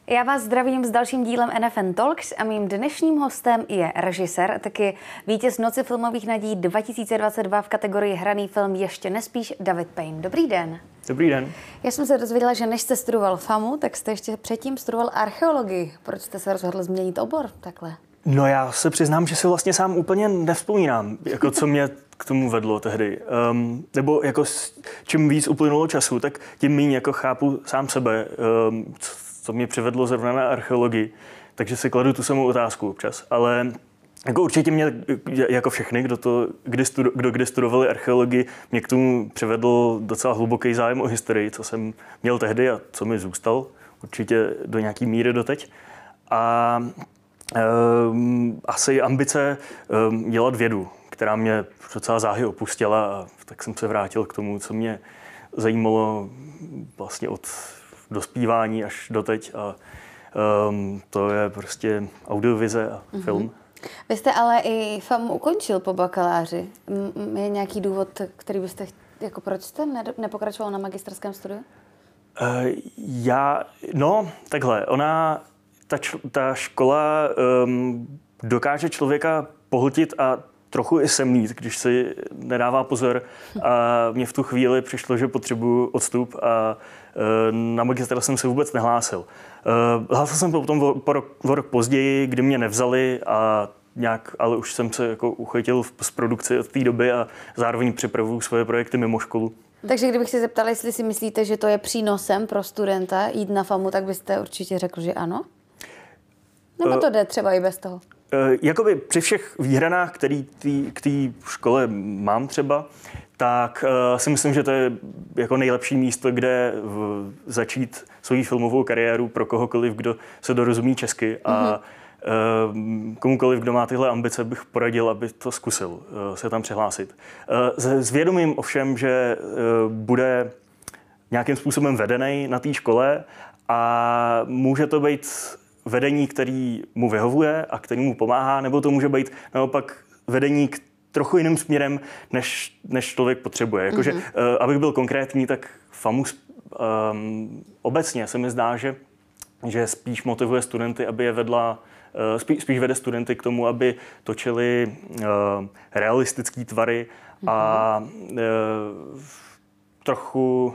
Já vás zdravím s dalším dílem NFN Talks a mým dnešním hostem je režisér, taky vítěz Noci filmových nadějí 2022 v kategorii hraný film Ještě nespíš, David Payne. Dobrý den. Dobrý den. Já jsem se dozvěděla, že než jste studoval FAMU, tak jste ještě předtím studoval archeologii. Proč jste se rozhodl změnit obor takhle? No já se přiznám, že si vlastně sám úplně nevzpomínám, jako co mě k tomu vedlo tehdy. Nebo jako čím víc uplynulo času, tak tím méně jako chápu sám sebe, co mě přivedlo zrovna na archeologii. Takže si kladu tu samou otázku občas. Ale jako určitě mě, jako všechny, kdo kdy studovali archeologii, mě k tomu přivedl docela hluboký zájem o historii, co jsem měl tehdy a co mi zůstal určitě do nějaký míry doteď. A asi ambice dělat vědu, která mě docela záhy opustila, a tak jsem se vrátil k tomu, co mě zajímalo vlastně od dospívání až doteď, a to je prostě audiovize a film. Vy jste ale i FAMU ukončil po bakaláři. Je nějaký důvod, který byste, jako proč jste nepokračoval na magisterském studiu? Takhle, ta škola dokáže člověka pohltit a trochu i semlít, když si nedává pozor. A mně v tu chvíli přišlo, že potřebuju odstup, a na magistra jsem se vůbec nehlásil. Hlásil jsem potom o rok později, kdy mě nevzali, a nějak, ale už jsem se jako uchytil z produkci od té doby a zároveň připravuju svoje projekty mimo školu. Takže kdybych se zeptala, jestli si myslíte, že to je přínosem pro studenta jít na FAMU, tak byste určitě řekl, že ano? Nebo to jde třeba i bez toho? Jakoby při všech výhradách, který k té škole mám třeba, tak si myslím, že to je jako nejlepší místo, kde začít svou filmovou kariéru pro kohokoliv, kdo se dorozumí česky. A komukoliv, kdo má tyhle ambice, bych poradil, aby to zkusil se tam přihlásit. S vědomím ovšem, že bude nějakým způsobem vedený na té škole, a může to být vedení, který mu vyhovuje a který mu pomáhá, nebo to může být naopak vedení k trochu jiným směrem, než člověk potřebuje. Jakože, abych byl konkrétní, tak FAMU obecně se mi zdá, že spíš motivuje studenty, aby je vedla, spíš vede studenty k tomu, aby točili realistický tvary a trochu,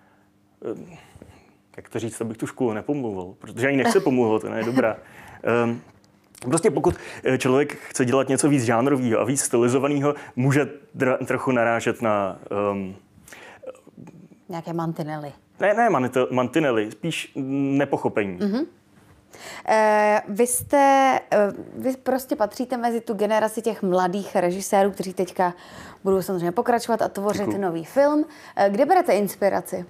jak to říct, abych tu školu nepomlouval, protože ani nechci pomlouvat, to je dobrá. Prostě pokud člověk chce dělat něco víc žánrového a víc stylizovaného, může trochu narážet na nějaké mantinely. Ne mantinely, spíš nepochopení. Vy prostě patříte mezi tu generaci těch mladých režisérů, kteří teďka budou samozřejmě pokračovat a tvořit nový film. Kde berete inspiraci?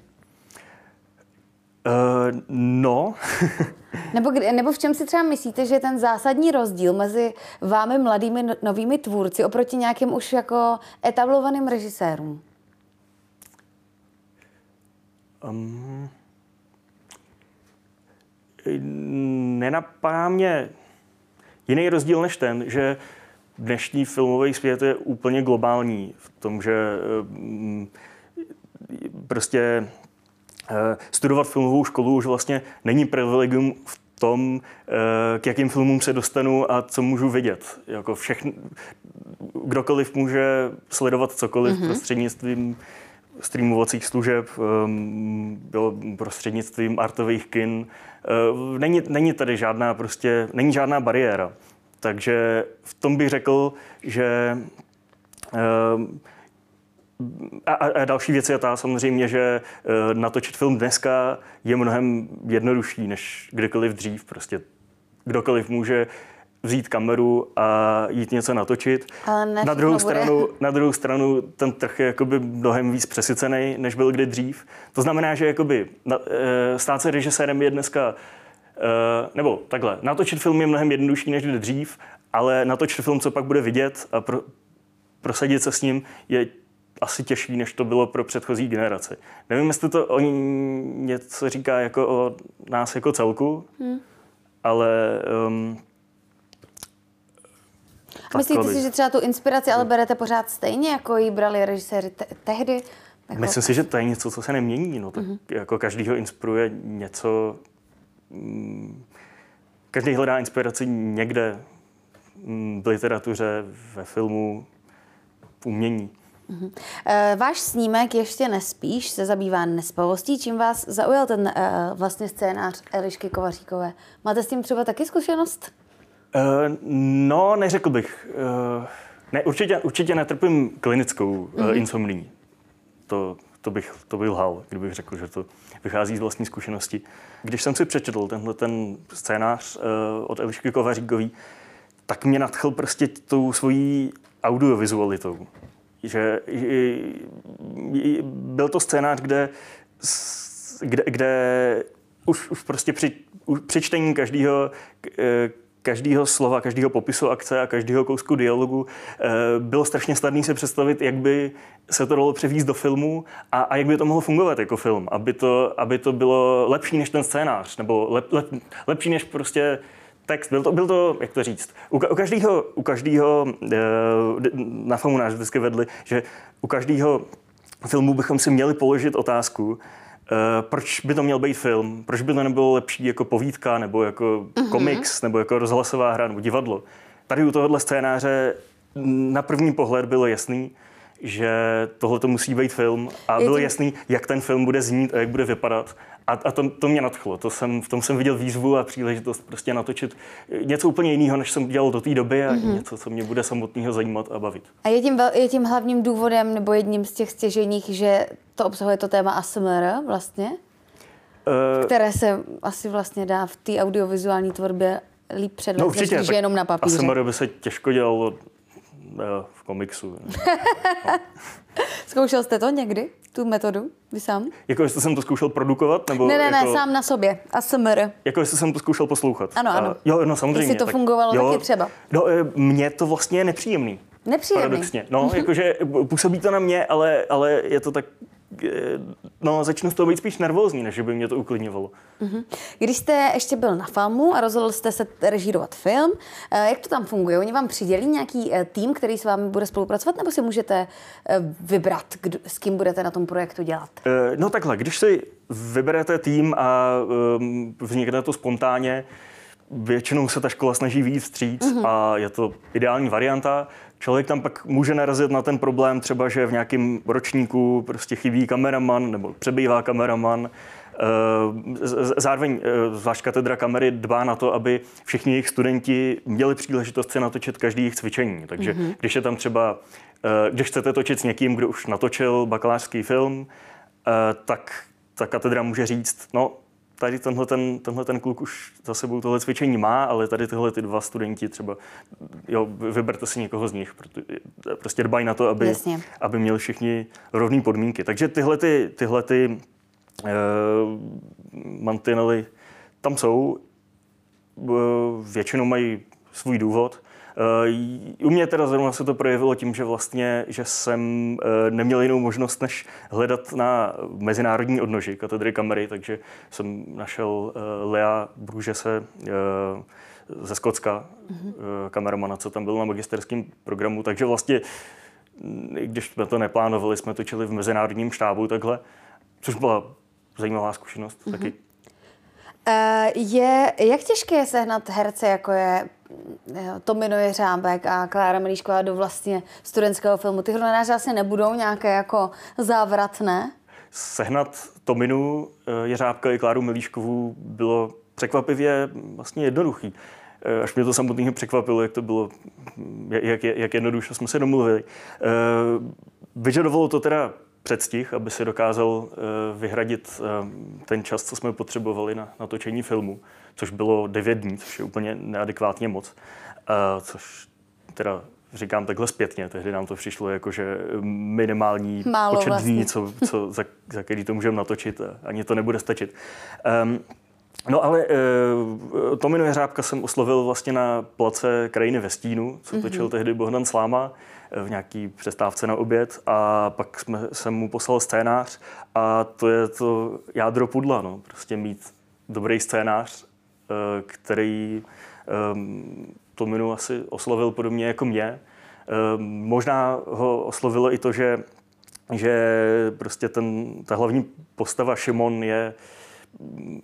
Nebo v čem si třeba myslíte, že je ten zásadní rozdíl mezi vámi mladými novými tvůrci oproti nějakým už jako etablovaným režisérům? Nenapadá mě jiný rozdíl než ten, že dnešní filmový svět je úplně globální v tom, že prostě studovat filmovou školu už vlastně není privilegium v tom, k jakým filmům se dostanu a co můžu vidět. Jako kdokoliv může sledovat cokoliv prostřednictvím streamovacích služeb, prostřednictvím artových kin. Není tady není žádná bariéra. Takže v tom bych řekl, že a další věc je ta samozřejmě, že natočit film dneska je mnohem jednodušší než kdykoliv dřív. Prostě kdokoliv může vzít kameru a jít něco natočit. Na druhou stranu ten trh je jakoby mnohem víc přesycený, než byl kdy dřív. To znamená, že jakoby stát se režisérem je dneska, nebo takhle, natočit film je mnohem jednodušší než kdy dřív, ale natočit film, co pak bude vidět a prosadit se s ním, je asi těžší, než to bylo pro předchozí generaci. Nevím, jestli to o něco říká jako o nás jako celku, ale myslíte si, že třeba tu inspiraci ale berete pořád stejně, jako ji brali režiséři tehdy? Myslím si, že to je něco, co se nemění. No, tak jako každýho inspiruje něco každý hledá inspiraci někde v literatuře, ve filmu, v umění. Váš snímek Ještě nespíš se zabývá nespavostí. Čím vás zaujal ten vlastně scénář Elišky Kovaříkové? Máte s tím třeba taky zkušenost? No, neřekl bych. Ne, určitě netrpím klinickou insomnií. To bych lhal, kdybych řekl, že to vychází z vlastní zkušenosti. Když jsem si přečetl ten scénář od Elišky Kovaříkové, tak mě nadchl prostě tou svojí audiovizualitou. Že byl to scénář, kde už prostě při čtení každého slova, každého popisu akce a každého kousku dialogu bylo strašně snadné si představit, jak by se to dalo převést do filmu a jak by to mohlo fungovat jako film, aby to bylo lepší než ten scénář, nebo lepší než prostě text. Byl to, jak to říct, u každého na filmu nás vždycky vedli, že u každého filmu bychom si měli položit otázku, proč by to měl být film, proč by to nebylo lepší jako povídka, nebo jako komiks, nebo jako rozhlasová hra, nebo divadlo. Tady u tohohle scénáře na první pohled bylo jasný, že tohle to musí být film a bylo jasný, jak ten film bude znít a jak bude vypadat. A to mě nadchlo. V tom jsem viděl výzvu a příležitost prostě natočit něco úplně jiného, než jsem dělal do té doby a něco, co mě bude samotného zajímat a bavit. A je tím hlavním důvodem nebo jedním z těch stěžejních, že to obsahuje to téma ASMR vlastně? Které se asi vlastně dá v té audiovizuální tvorbě líp předvést, než jenom na papíře. ASMR by se těžko dělalo v komiksu. No. Zkoušel jste to někdy, tu metodu, vy sám? Jako jestli jsem to zkoušel produkovat? Nebo ne, sám na sobě, ASMR. Jako jestli jsem to zkoušel poslouchat? Ano. Jo, no samozřejmě. Jestli to fungovalo taky třeba? No, mně to vlastně je nepříjemný. Nepříjemný? Paradoxně. No, jakože působí to na mě, ale je to tak... No, začnu z toho být spíš nervózní, než by mě to uklidňovalo. Když jste ještě byl na FAMu a rozhodl jste se režírovat film, jak to tam funguje? Oni vám přidělí nějaký tým, který s vámi bude spolupracovat, nebo si můžete vybrat, s kým budete na tom projektu dělat? No takhle, když si vyberete tým a vznikne to spontánně, většinou se ta škola snaží vyjít vstříc a je to ideální varianta. Člověk tam pak může narazit na ten problém třeba, že v nějakém ročníku prostě chybí kameraman nebo přebývá kameraman. Zároveň zvlášť katedra kamery dbá na to, aby všichni jejich studenti měli příležitost se natočit každý jejich cvičení. Takže když je tam třeba, když chcete točit s někým, kdo už natočil bakalářský film, tak ta katedra může říct, no, tady tenhle ten kluk už za sebou tohle cvičení má, ale tady tyhle ty dva studenti třeba, jo, vyberte si někoho z nich, protože prostě dbají na to, aby měli všichni rovné podmínky. Takže tyhle mantinely tam jsou, většinou mají svůj důvod. U mě teda zrovna se to projevilo tím, že vlastně, že jsem neměl jinou možnost, než hledat na mezinárodní odnoži katedry kamery, takže jsem našel Lea Brugese ze Skotska, kameramana, co tam byl na magisterském programu, takže vlastně, když jsme to neplánovali, jsme točili v mezinárodním štábu takhle, což byla zajímavá zkušenost taky. Jak těžké je sehnat herce, jako je Tomino Jeřábek a Klára Melíšková do vlastně studentského filmu? Ty hronáře asi nebudou nějaké jako závratné? Sehnat Tominu Jeřábka i Kláru Melíškovou bylo překvapivě vlastně jednoduchý. Až mě to samotného překvapilo, jak to bylo, jak jednoduše jsme se domluvili. Vyžadovalo to teda předstih, aby si dokázal vyhradit ten čas, co jsme potřebovali na natočení filmu, což bylo 9 dní, což je úplně neadekvátně moc. Což teda říkám takhle zpětně, tehdy nám to přišlo jakože minimální počet dní, za který to můžeme natočit a ani to nebude stačit. No ale Tomino Jeřábka jsem oslovil vlastně na place Krajiny ve stínu, co točil tehdy Bohdan Sláma v nějaký přestávce na oběd a pak jsem mu poslal scénář a to je to jádro pudla, no. Prostě mít dobrý scénář, který Tominu asi oslovil podobně jako mě. Možná ho oslovilo i to, že prostě ta hlavní postava Šimon je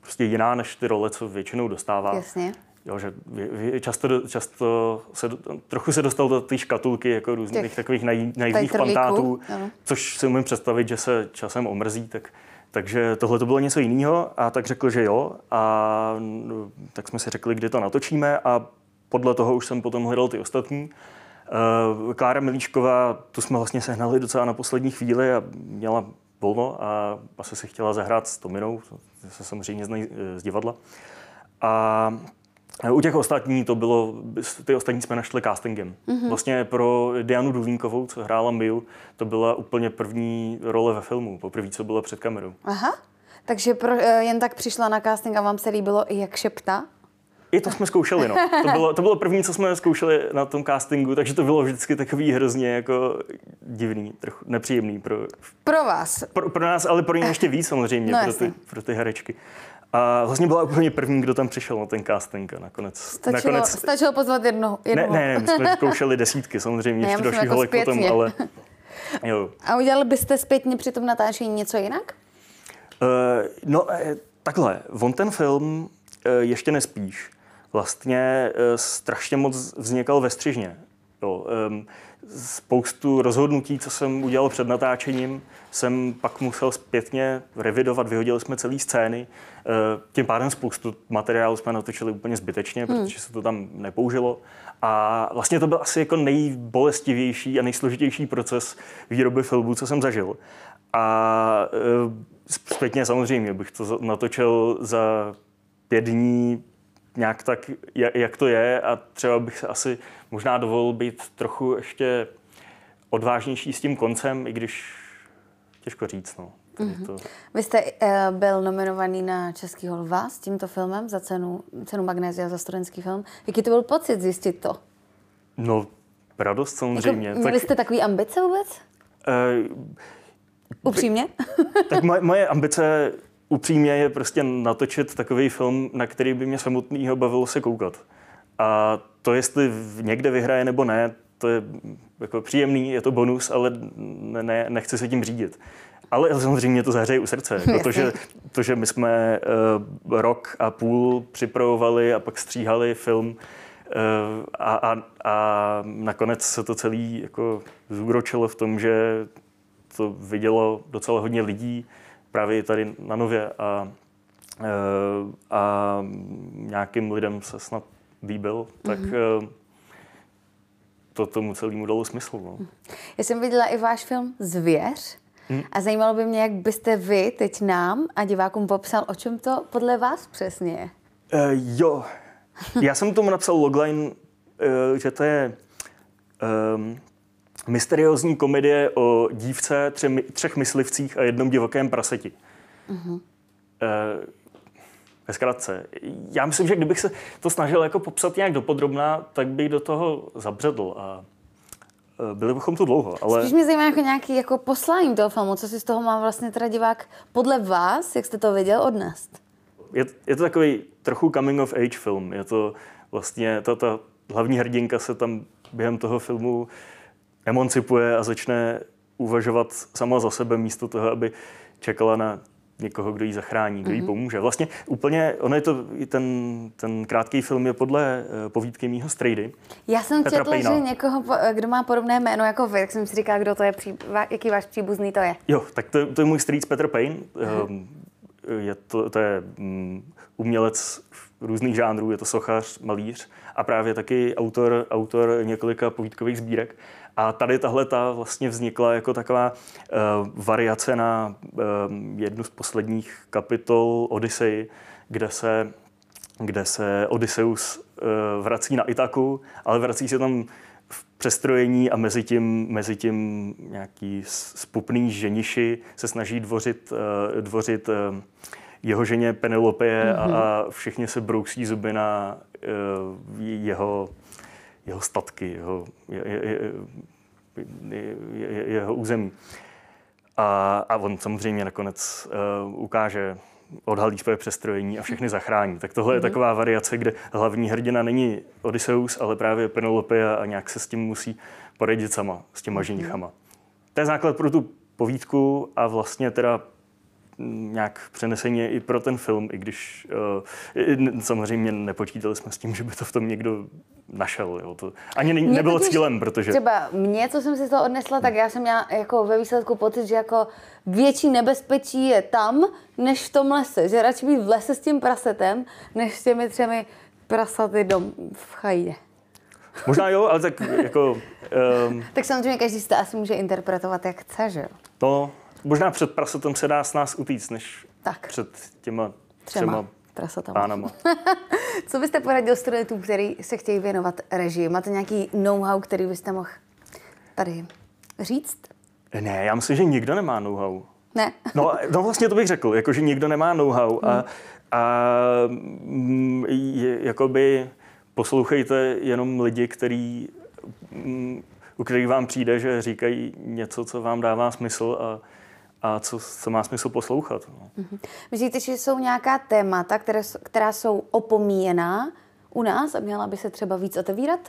prostě jiná než ty role, co většinou dostává. Jasně. Jo, že často trochu se dostal do té škatulky jako různých takových naivních plantátů, což si umím představit, že se časem omrzí, takže tohle to bylo něco jiného a tak řekl, že jo, a tak jsme si řekli, kdy to natočíme a podle toho už jsem potom hledal ty ostatní. Klára Milíčková, tu jsme vlastně sehnali docela na poslední chvíli a měla volno a asi si chtěla zahrát s Tominou, to se samozřejmě znají z divadla. A u těch ostatní ty ostatní jsme našli castingem. Vlastně pro Dianu Duvínkovou, co hrála Miu, to byla úplně první role ve filmu, poprvé, co byla před kamerou. Aha, takže jen tak přišla na casting a vám se líbilo i jak šeptá? I to jsme zkoušeli, no. To bylo první, co jsme zkoušeli na tom castingu, takže to bylo vždycky takový hrozně jako divný, trochu nepříjemný. Pro vás? Pro nás, ale pro ně ještě víc samozřejmě, no, pro ty herečky. A vlastně byla úplně první, kdo tam přišel na ten casting a nakonec... Stačilo pozvat jednoho? Ne, my jsme zkoušeli desítky, samozřejmě ještě další holek potom, ale... Jo. A udělali byste zpětně při tom natáčení něco jinak? Takhle, on ten film ještě nespíš. Vlastně strašně moc vznikal ve střižně. Jo, spoustu rozhodnutí, co jsem udělal před natáčením, jsem pak musel zpětně revidovat, vyhodili jsme celý scény. Tím pádem spoustu materiálu jsme natočili úplně zbytečně, protože se to tam nepoužilo. A vlastně to byl asi jako nejbolestivější a nejsložitější proces výroby filmu, co jsem zažil. A zpětně samozřejmě bych to natočil za 5 dní nějak tak, jak to je a třeba bych se asi možná dovolil být trochu ještě odvážnější s tím koncem, i když těžko říct. No. Vy jste byl nominovaný na Českýho lva s tímto filmem za cenu Magnézia za studentský film. Jaký to byl pocit zjistit to? No, radost samozřejmě. Měli jste takový ambice vůbec? Upřímně? Tak moje ambice upřímně je prostě natočit takový film, na který by mě samotného bavilo se koukat. A to, jestli někde vyhraje nebo ne, to je jako příjemný, je to bonus, ale nechci se tím řídit. Ale samozřejmě to zahřeje u srdce. To, že my jsme rok a půl připravovali a pak stříhali film a nakonec se to celý jako zúročilo v tom, že to vidělo docela hodně lidí, právě tady na Nově a nějakým lidem se snad líbil, tak to tomu celému dalo smysl. No. Já jsem viděla i váš film Zvěř a zajímalo by mě, jak byste vy teď nám a divákům popsal, o čem to podle vás přesně je. Jo, já jsem tomu napsal logline, že to je mysteriózní komedie o dívce, 3 myslivcích a 1 divokém praseti. Ve zkratce. Já myslím, že kdybych se to snažil jako popsat nějak dopodrobná, tak bych do toho zabředl a byli bychom tu dlouho. Ale... Spíš mě zajímá jako nějaký jako poslání toho filmu, co si z toho má vlastně teda divák podle vás, jak jste to viděl, odnést? Je to takový trochu coming of age film. Je to vlastně, ta hlavní hrdinka se tam během toho filmu emancipuje a začne uvažovat sama za sebe místo toho, aby čekala na někoho, kdo jí zachrání, kdo jí pomůže. Vlastně úplně, ten krátký film je podle povídky mýho strejdy. Já jsem četla, že někoho, kdo má podobné jméno jako vy, tak jsem si říkala, kdo to je, jaký váš příbuzný to je. Jo, tak to je můj strýc Petr Payne. To je umělec různých žánrů, je to sochař, malíř a právě taky autor několika povídkových sbírek. A tady tahleta vlastně vznikla jako taková variace na jednu z posledních kapitol Odyssey, kde se Odysseus vrací na Itaku, ale vrací se tam v přestrojení a mezi tím nějaký spupný ženiši se snaží dvořit jeho ženě Penelope a všichni se brousí zuby na jeho statky, jeho území. A on samozřejmě nakonec odhalí své přestrojení a všechny zachrání. Tak tohle je taková variace, kde hlavní hrdina není Odysseus, ale právě Penelope a nějak se s tím musí poradit sama, s těma ženichama. To je základ pro tu povídku a vlastně teda nějak přeneseně i pro ten film, i když samozřejmě nepočítali jsme s tím, že by to v tom někdo našel. Jo. To ani nebylo cílem, protože... Třeba mě, co jsem si to odnesla, tak já jsem měla jako ve výsledku pocit, že jako větší nebezpečí je tam, než v tom lese. Že radši být v lese s tím prasetem, než s těmi 3 prasaty v chajině. Možná jo, ale tak jako... Tak samozřejmě každý si to asi může interpretovat, jak chce, že jo? No, možná před prasetem se dá s nás utíct, než před těma 3 pánama. Co byste poradil studentům, kteří se chtějí věnovat režii? Máte nějaký know-how, který byste mohl tady říct? Ne, já myslím, že nikdo nemá know-how. Ne. No vlastně to bych řekl, jako, že nikdo nemá know-how a jakoby poslouchejte jenom lidi, u kterých vám přijde, že říkají něco, co vám dává smysl a co má smysl poslouchat. No. Myslíte, že jsou nějaká témata, která jsou opomíjená u nás a měla by se třeba víc otevírat?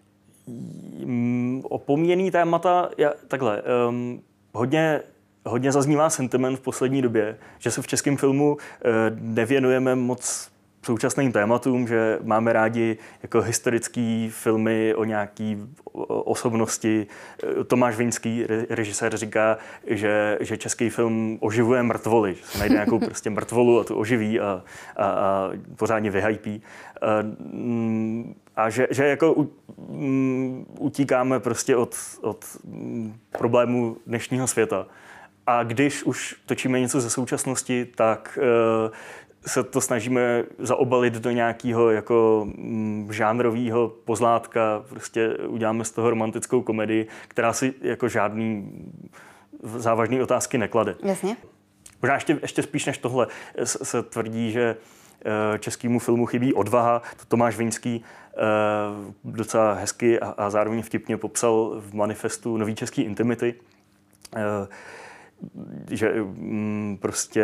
Opomíjený témata, takhle, hodně zaznívá sentiment v poslední době, že se v českém filmu nevěnujeme moc současným tématům, že máme rádi jako historické filmy o nějaký osobnosti. Tomáš Vinský, režisér, říká, že český film oživuje mrtvoly, že se najde nějakou prostě mrtvolu a tu oživí a pořádně vyhypí. A že jako utíkáme prostě od problémů dnešního světa. A když už točíme něco ze současnosti, tak se to snažíme zaobalit do nějakého jako žánrového pozlátka, prostě uděláme z toho romantickou komedii, která si jako žádný závažný otázky neklade. Jasně. Možná ještě spíš než tohle se tvrdí, že českému filmu chybí odvaha. To Tomáš Vinský docela hezky a zároveň vtipně popsal v manifestu Nový český intimity, že prostě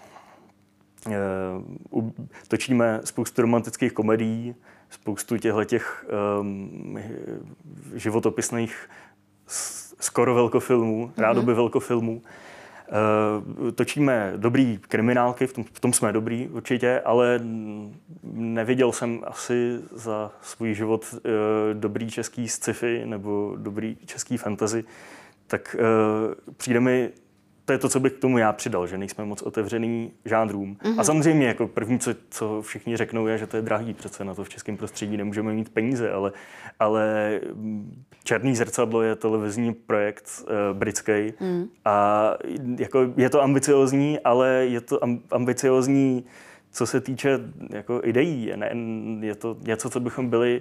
točíme spoustu romantických komedií, spoustu těch životopisných skoro velkofilmů, rádoby velkofilmů. Točíme dobrý kriminálky, v tom jsme dobrý určitě, ale neviděl jsem asi za svůj život dobrý český sci-fi nebo dobrý český fantasy, tak přijde mi, to je to, co bych k tomu já přidal, že nejsme moc otevřený žánrům. A samozřejmě jako první, co všichni řeknou, je, že to je drahý, přece na to v českém prostředí nemůžeme mít peníze, ale Černý zrcadlo je televizní projekt britský a jako je to ambiciózní, ale je to ambiciózní, co se týče jako ideí. Je to něco, co bychom byli...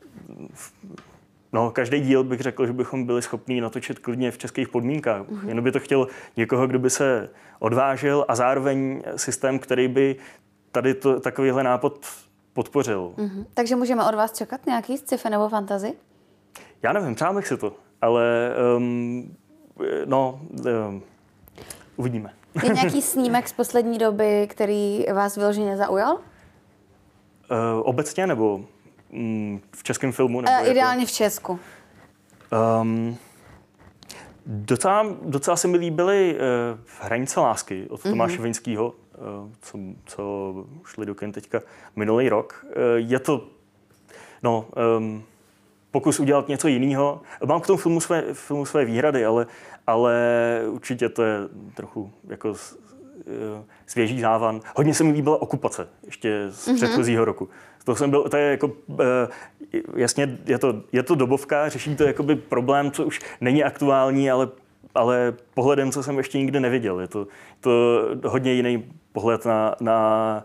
No, každý díl bych řekl, že bychom byli schopni natočit klidně v českých podmínkách. Jenom by to chtěl někoho, kdo by se odvážil a zároveň systém, který by tady takovýhle nápad podpořil. Takže můžeme od vás čekat nějaký sci-fi nebo fantasy? Já nevím, přál bych si to, ale uvidíme. Je nějaký snímek z poslední doby, který vás vyloženě zaujal? Obecně nebo v českém filmu? Nebo ideálně v Česku. Docela se mi líbily Hranice lásky od Tomáše Vinskýho, co šli do kin teďka minulý rok. Je to pokus udělat něco jiného. Mám k tomu filmu své výhrady, ale určitě to je trochu jako svěží závan. Hodně se mi líbila Okupace ještě z předchozího roku. To je jako, jasně, je to dobovka, řeší to jakoby problém, co už není aktuální, ale pohledem, co jsem ještě nikdy neviděl. Je to hodně jiný pohled na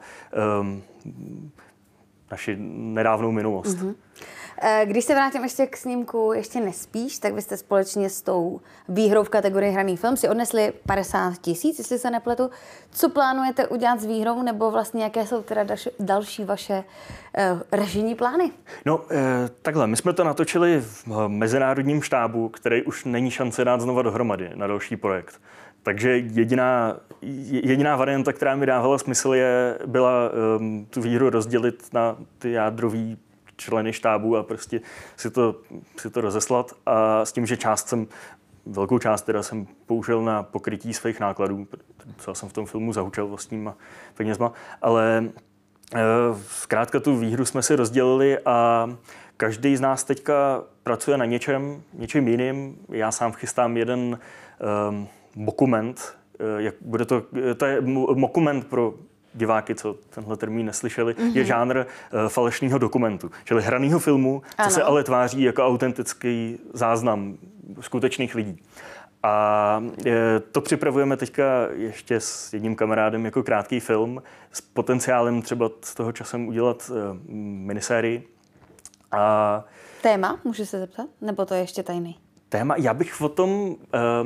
naši nedávnou minulost. Když se vrátím ještě k snímku Ještě nespíš, tak vy jste společně s tou výhrou v kategorii hraný film si odnesli 50 000, jestli se nepletu. Co plánujete udělat s výhrou, nebo vlastně jaké jsou teda další vaše režijní plány? No, takhle, my jsme to natočili v mezinárodním štábu, který už není šance dát znova dohromady na další projekt. Takže jediná varianta, která mi dávala smysl, byla tu výhru rozdělit na ty jádrový členy štábu a prostě si to rozeslat a s tím, že velkou část teda jsem použil na pokrytí svých nákladů, docela jsem v tom filmu zahučel vlastníma penězma, ale zkrátka tu výhru jsme si rozdělili a každý z nás teďka pracuje na něčem jiným. Já sám chystám jeden dokument, to je dokument pro diváky, co tenhle termín neslyšeli, je žánr falešného dokumentu, čili hraného filmu, co se ale tváří jako autentický záznam skutečných lidí. A to připravujeme teďka ještě s jedním kamarádem jako krátký film s potenciálem třeba s toho časem udělat minisérii. A téma, můžu se zeptat? Nebo to je ještě tajný? Téma, já bych o tom...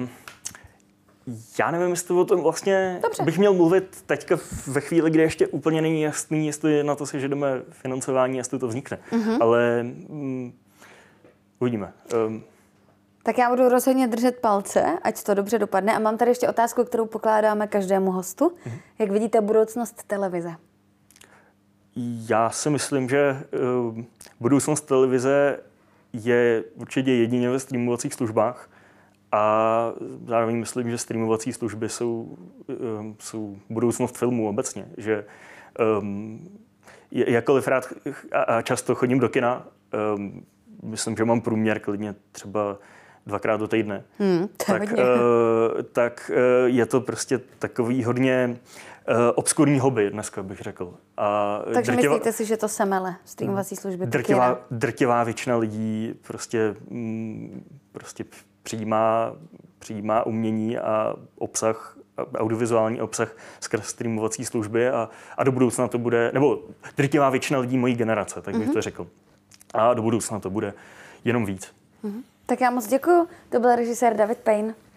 Já nevím, jestli o tom vlastně Dobře. bych měl mluvit teďka ve chvíli, kdy ještě úplně není jasný, jestli na to si žademe financování, jestli to vznikne. Ale uvidíme. Tak já budu rozhodně držet palce, ať to dobře dopadne. A mám tady ještě otázku, kterou pokládáme každému hostu. Jak vidíte budoucnost televize? Já si myslím, že budoucnost televize je určitě jedině ve streamovacích službách. A zároveň myslím, že streamovací služby jsou budoucnost filmů obecně. Že jakkoliv rád a často chodím do kina, myslím, že mám průměr klidně třeba 2krát do týdne, tak je to prostě takový hodně obskurní hobby dneska, bych řekl. Takže myslíte si, že to semele streamovací služby? Drtivá většina lidí prostě přijímá umění a obsah, audiovizuální obsah skrz streamovací služby a do budoucna to bude, nebo drtivá většina lidí mojí generace, tak bych to řekl. A do budoucna to bude jenom víc. Tak já moc děkuju. To byl režisér David Payne.